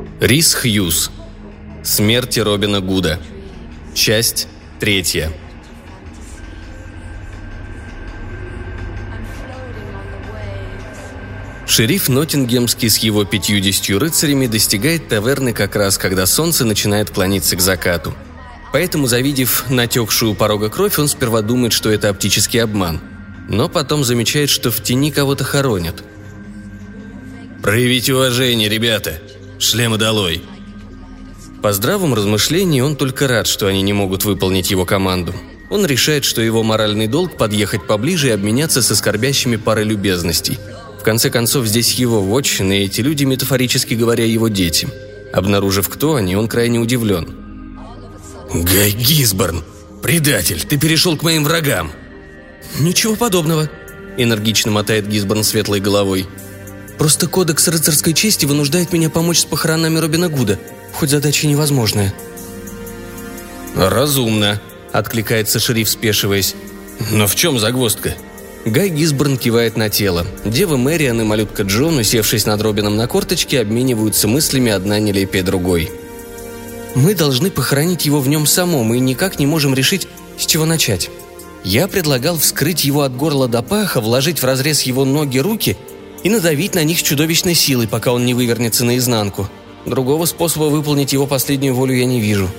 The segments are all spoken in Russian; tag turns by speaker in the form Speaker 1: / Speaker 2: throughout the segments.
Speaker 1: Рис Хьюз. Смерти Робина Гуда. Часть 3. Шериф Ноттингемский с его 50 рыцарями достигает таверны как раз, когда солнце начинает клониться к закату. Поэтому, завидев натекшую у порога кровь, он сперва думает, что это оптический обман. Но потом замечает, что в тени кого-то хоронят.
Speaker 2: «Проявите уважение, ребята! Шлемы долой!»
Speaker 1: По здравому размышлению он только рад, что они не могут выполнить его команду. Он решает, что его моральный долг – подъехать поближе и обменяться со скорбящими парой любезностей. В конце концов, здесь его вотчина, и эти люди, метафорически говоря, его дети. Обнаружив, кто они, он крайне удивлен.
Speaker 2: «Гай Гисборн! Предатель! Ты перешел к моим врагам!»
Speaker 1: «Ничего подобного», – энергично мотает Гисборн светлой головой. «Просто кодекс рыцарской чести вынуждает меня помочь с похоронами Робина Гуда, хоть задача невозможная».
Speaker 2: «Разумно», – откликается шериф, спешиваясь. «Но в чем загвоздка?»
Speaker 1: Гай Гисборн кивает на тело. Дева Мэриан и малютка Джон, усевшись над Робином на корточке, обмениваются мыслями одна нелепее другой. «Мы должны похоронить его в нем самом и никак не можем решить, с чего начать. Я предлагал вскрыть его от горла до паха, вложить в разрез его ноги, руки и надавить на них с чудовищной силой, пока он не вывернется наизнанку. Другого способа выполнить его последнюю волю я не вижу».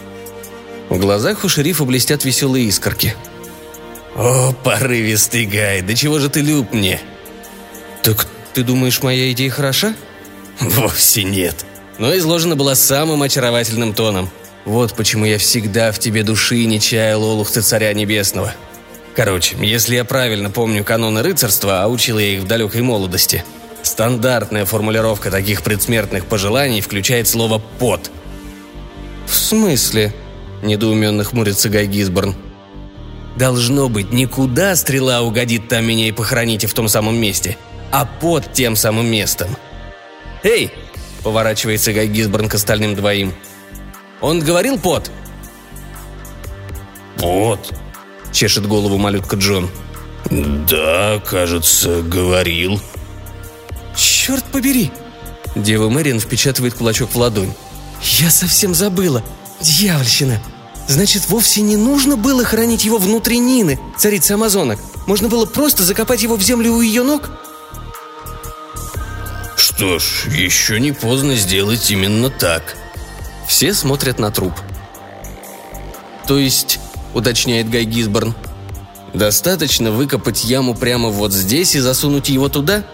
Speaker 1: В глазах у шерифа блестят веселые искорки.
Speaker 2: «О, порывистый Гай, да чего же ты люб мне?»
Speaker 1: «Так ты думаешь, моя идея хороша?»
Speaker 2: «Вовсе нет. Но изложена была самым очаровательным тоном.
Speaker 1: Вот почему я всегда в тебе души не чаял, олухты царя небесного.
Speaker 2: Короче, если я правильно помню каноны рыцарства, а учил я их в далекой молодости, стандартная формулировка таких предсмертных пожеланий включает слово «пот».
Speaker 1: «В смысле?» – недоуменно хмурится Гай Гисборн.
Speaker 2: «Должно быть, никуда стрела угодит, там меня и похороните в том самом месте, а под тем самым местом». «Эй!» – поворачивается Гай Гисборн к остальным двоим. «Он говорил под?»
Speaker 3: «Под?»
Speaker 2: – чешет голову малютка Джон.
Speaker 3: «Да, кажется, говорил».
Speaker 1: «Черт побери!» Дева Мэриан впечатывает кулачок в ладонь. «Я совсем забыла! Дьявольщина! Значит, вовсе не нужно было хоронить его внутри Нины, царицы амазонок. Можно было просто закопать его в землю у ее ног?»
Speaker 3: «Что ж, еще не поздно сделать именно так».
Speaker 1: Все смотрят на труп. «То есть, — уточняет Гай Гисборн, — достаточно выкопать яму прямо вот здесь и засунуть его туда?»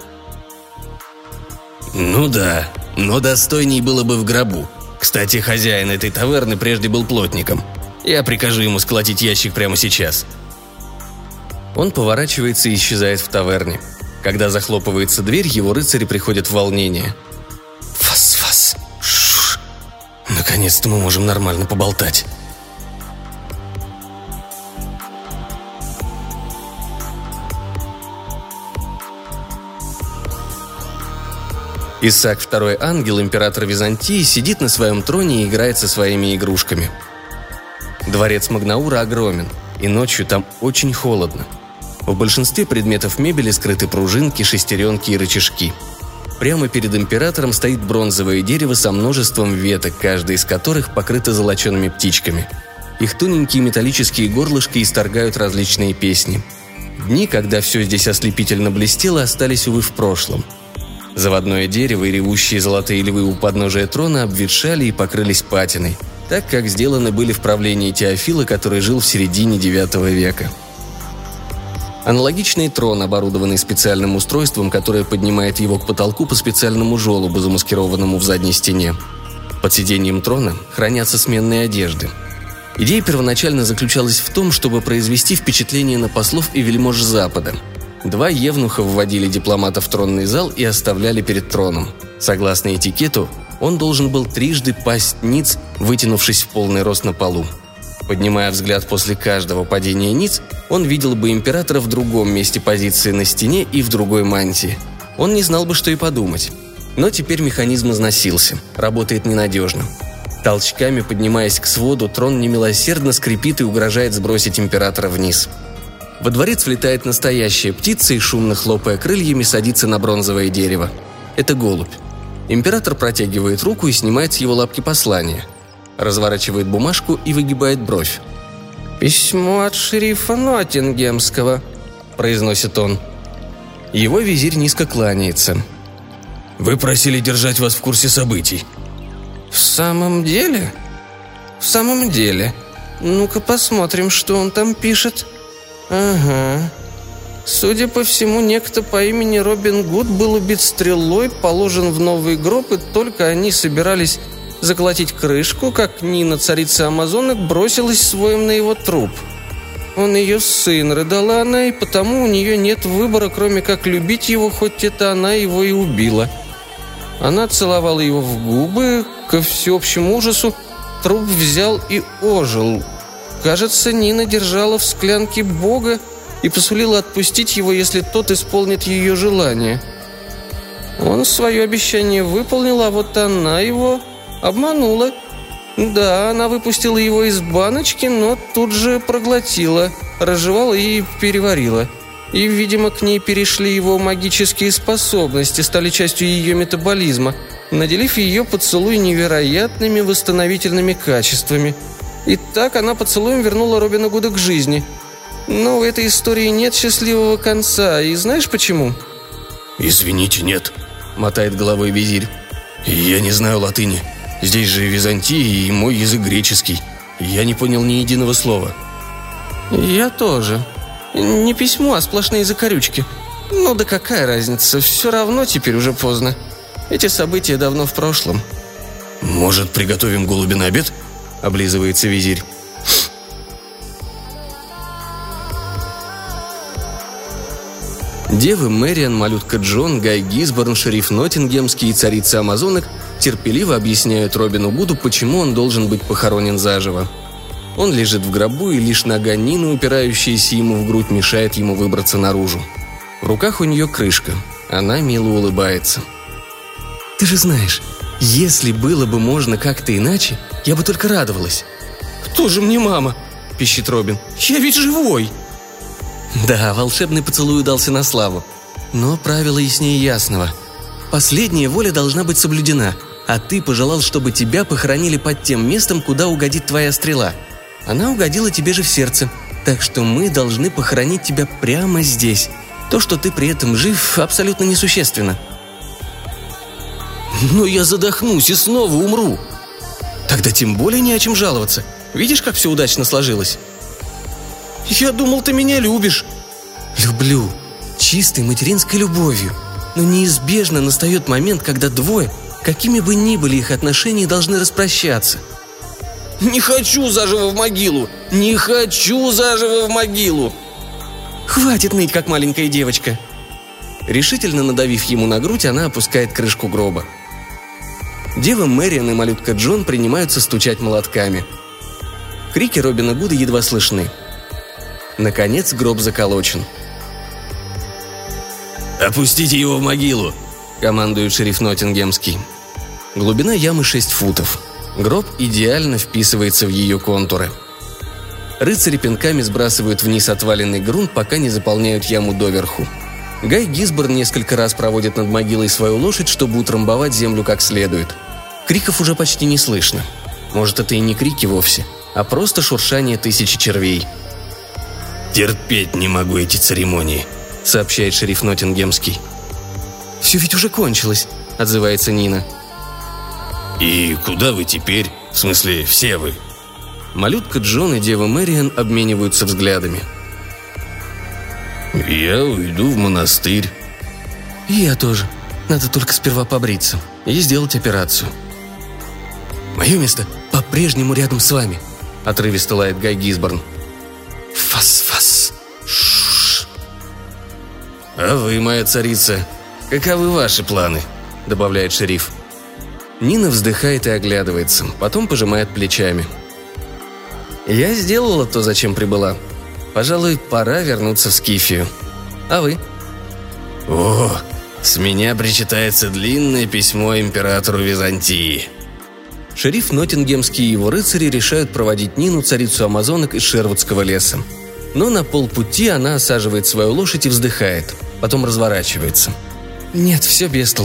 Speaker 2: «Ну да, но достойней было бы в гробу. Кстати, хозяин этой таверны прежде был плотником. Я прикажу ему сколотить ящик прямо сейчас».
Speaker 1: Он поворачивается и исчезает в таверне. Когда захлопывается дверь, его рыцари приходят в волнение.
Speaker 2: «Фас-фас! Шш! Наконец-то мы можем нормально поболтать».
Speaker 1: Исаак II Ангел, император Византии, сидит на своем троне и играет со своими игрушками. Дворец Магнаура огромен, и ночью там очень холодно. В большинстве предметов мебели скрыты пружинки, шестеренки и рычажки. Прямо перед императором стоит бронзовое дерево со множеством веток, каждая из которых покрыта золочеными птичками. Их тоненькие металлические горлышки исторгают различные песни. Дни, когда все здесь ослепительно блестело, остались, увы, в прошлом. Заводное дерево и ревущие золотые львы у подножия трона обветшали и покрылись патиной, так как сделаны были в правлении Теофила, который жил в середине IX века. Аналогичный трон, оборудованный специальным устройством, которое поднимает его к потолку по специальному желобу, замаскированному в задней стене. Под сиденьем трона хранятся сменные одежды. Идея первоначально заключалась в том, чтобы произвести впечатление на послов и вельмож Запада. 2 евнуха вводили дипломата в тронный зал и оставляли перед троном. Согласно этикету, он должен был трижды пасть ниц, вытянувшись в полный рост на полу. Поднимая взгляд после каждого падения ниц, он видел бы императора в другом месте позиции на стене и в другой мантии. Он не знал бы, что и подумать. Но теперь механизм износился, работает ненадежно. Толчками поднимаясь к своду, трон немилосердно скрипит и угрожает сбросить императора вниз. Во дворец влетает настоящая птица и, шумно хлопая крыльями, садится на бронзовое дерево. Это голубь. Император протягивает руку и снимает с его лапки послание. Разворачивает бумажку и выгибает бровь.
Speaker 2: «Письмо от шерифа Ноттингемского», – произносит он.
Speaker 1: Его визирь низко кланяется.
Speaker 3: «Вы просили держать вас в курсе событий».
Speaker 2: «В самом деле? В самом деле. Ну-ка посмотрим, что он там пишет. Ага. Судя по всему, некто по имени Робин Гуд был убит стрелой, положен в новый гроб, и только они собирались заколотить крышку, как Нина, царица амазонок, бросилась с воем на его труп. Он ее сын, рыдала она, и потому у нее нет выбора, кроме как любить его, хоть это она его и убила. Она целовала его в губы, ко всеобщему ужасу труп взял и ожил. Кажется, Нина держала в склянке Бога и посулила отпустить его, если тот исполнит ее желание. Он свое обещание выполнил, а вот она его обманула. Да, она выпустила его из баночки, но тут же проглотила, разжевала и переварила. И, видимо, к ней перешли его магические способности, стали частью ее метаболизма, наделив ее поцелуй невероятными восстановительными качествами. И так она поцелуем вернула Робина Гуда к жизни. Но у этой истории нет счастливого конца, и знаешь почему?
Speaker 3: «Извините, нет»,
Speaker 1: — мотает головой визирь.
Speaker 3: «Я не знаю латыни. Здесь же Византия и мой язык греческий. Я не понял ни единого слова».
Speaker 2: «Я тоже. Не письмо, а сплошные закорючки. Ну да какая разница, все равно теперь уже поздно. Эти события давно в прошлом».
Speaker 3: «Может, приготовим голубиный обед?»
Speaker 1: — облизывается визирь. Девы Мэриан, малютка Джон, Гай Гисборн, шериф Ноттингемский и царица амазонок терпеливо объясняют Робину Гуду, почему он должен быть похоронен заживо. Он лежит в гробу, и лишь нога Нины, упирающаяся ему в грудь, мешает ему выбраться наружу. В руках у нее крышка. Она мило улыбается. «Ты же знаешь, если было бы можно как-то иначе, я бы только радовалась».
Speaker 2: «Кто же мне мама?» – пищит Робин. «Я ведь живой!»
Speaker 1: Да, волшебный поцелуй удался на славу. Но правило яснее ясного. Последняя воля должна быть соблюдена, а ты пожелал, чтобы тебя похоронили под тем местом, куда угодит твоя стрела. Она угодила тебе же в сердце, так что мы должны похоронить тебя прямо здесь. То, что ты при этом жив, абсолютно несущественно».
Speaker 2: «Но я задохнусь и снова умру».
Speaker 1: «Тогда тем более не о чем жаловаться. Видишь, как все удачно сложилось?»
Speaker 2: «Я думал, ты меня любишь».
Speaker 1: «Люблю. Чистой материнской любовью. Но неизбежно настает момент, когда двое, какими бы ни были их отношения, должны распрощаться».
Speaker 2: «Не хочу заживо в могилу! Не хочу заживо в могилу!»
Speaker 1: «Хватит ныть, как маленькая девочка!» Решительно надавив ему на грудь, она опускает крышку гроба. Дева Мэриан и малютка Джон принимаются стучать молотками. Крики Робина Гуда едва слышны. Наконец гроб заколочен.
Speaker 3: «Опустите его в могилу!»
Speaker 1: – командует шериф Ноттингемский. Глубина ямы 6 футов. Гроб идеально вписывается в ее контуры. Рыцари пинками сбрасывают вниз отваленный грунт, пока не заполняют яму доверху. Гай Гисборн несколько раз проводит над могилой свою лошадь, чтобы утрамбовать землю как следует. Криков уже почти не слышно. Может, это и не крики вовсе, а просто шуршание тысячи червей.
Speaker 3: «Терпеть не могу эти церемонии», —
Speaker 1: сообщает шериф Ноттингемский. «Все ведь уже кончилось», — отзывается Нина.
Speaker 3: «И куда вы теперь? В смысле, все вы?»
Speaker 1: Малютка Джон и дева Мэриан обмениваются взглядами.
Speaker 3: «Я уйду в монастырь».
Speaker 1: «И я тоже. Надо только сперва побриться и сделать операцию». «Мое место по-прежнему рядом с вами», — отрывисто лает Гай Гисборн. «Фас-фас! Ш-ш-ш!»
Speaker 3: «А вы, моя царица, каковы ваши планы?» — добавляет шериф.
Speaker 1: Нина вздыхает и оглядывается, потом пожимает плечами. «Я сделала то, зачем прибыла. Пожалуй, пора вернуться в Скифию. А вы?»
Speaker 3: «О, с меня причитается длинное письмо императору Византии».
Speaker 1: Шериф Ноттингемский и его рыцари решают проводить Нину, царицу амазонок, из Шервудского леса. Но на полпути она осаживает свою лошадь и вздыхает, потом разворачивается. «Нет, все без толку.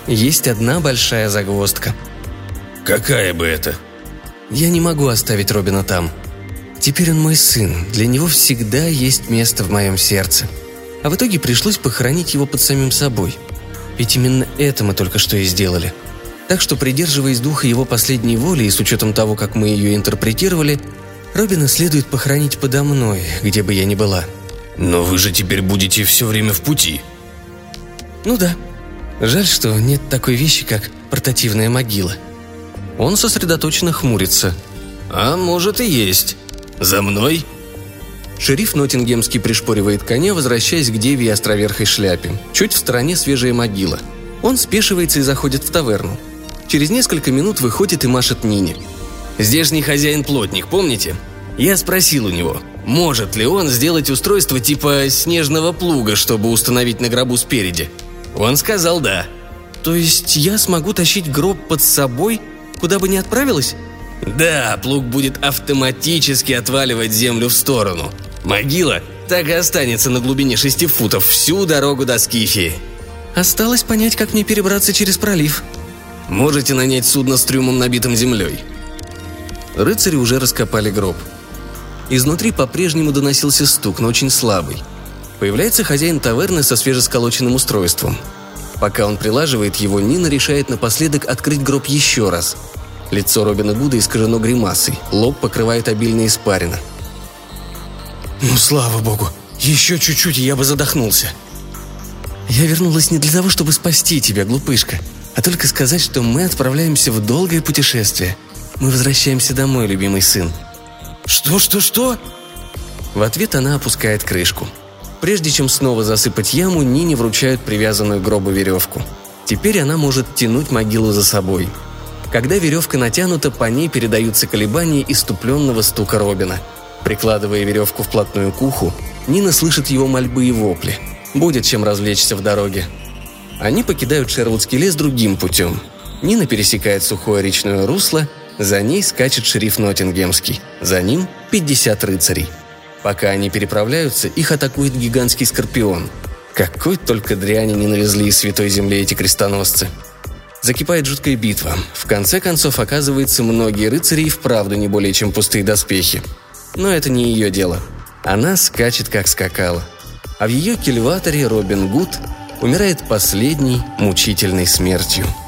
Speaker 2: Есть одна большая загвоздка.
Speaker 3: Какая бы это?
Speaker 2: Я не могу оставить Робина там. Теперь он мой сын, для него всегда есть место в моем сердце. А в итоге пришлось похоронить его под самим собой. Ведь именно это мы только что и сделали. Так что, придерживаясь духа его последней воли и с учетом того, как мы ее интерпретировали, Робина следует похоронить подо мной, где бы я ни была.
Speaker 3: Но вы же теперь будете все время в пути.
Speaker 2: Ну да. Жаль, что нет такой вещи, как портативная могила.
Speaker 1: Он сосредоточенно хмурится.
Speaker 3: А может и есть. За мной?
Speaker 1: Шериф Ноттингемский пришпоривает коня, возвращаясь к деве и островерхой шляпе. Чуть в стороне свежая могила. Он спешивается и заходит в таверну. Через несколько минут выходит и машет Нине.
Speaker 2: Здешний хозяин-плотник, помните? Я спросил у него, может ли он сделать устройство типа снежного плуга, чтобы установить на гробу спереди. Он сказал да.
Speaker 1: То есть я смогу тащить гроб под собой, куда бы ни отправилась?
Speaker 2: Да, плуг будет автоматически отваливать землю в сторону. Могила так и останется на глубине 6 футов всю дорогу до Скифии.
Speaker 1: Осталось понять, как мне перебраться через пролив.
Speaker 2: Можете нанять судно с трюмом, набитым землей.
Speaker 1: Рыцари уже раскопали гроб. Изнутри по-прежнему доносился стук, но очень слабый. Появляется хозяин таверны со свежесколоченным устройством. Пока он прилаживает его, Нина решает напоследок открыть гроб еще раз. Лицо Робина Гуда искажено гримасой, лоб покрывает обильная испарина.
Speaker 2: Ну, слава богу, еще чуть-чуть, и я бы задохнулся.
Speaker 1: Я вернулась не для того, чтобы спасти тебя, глупышка, а только сказать, что мы отправляемся в долгое путешествие. Мы возвращаемся домой, любимый сын.
Speaker 2: Что?
Speaker 1: В ответ она опускает крышку. Прежде чем снова засыпать яму, Нине вручают привязанную к гробу веревку. Теперь она может тянуть могилу за собой. Когда веревка натянута, по ней передаются колебания иступленного стука Робина. Прикладывая веревку вплотную к уху, Нина слышит его мольбы и вопли. Будет чем развлечься в дороге. Они покидают Шервудский лес другим путем. Нина пересекает сухое речное русло, за ней скачет шериф Ноттингемский, за ним 50 рыцарей. Пока они переправляются, их атакует гигантский скорпион. Какой только дряни не навезли из святой земли эти крестоносцы. Закипает жуткая битва. В конце концов, оказывается, многие рыцари и вправду не более чем пустые доспехи. Но это не ее дело. Она скачет, как скакала. А в ее кильваторе Робин Гуд умирает последней мучительной смертью.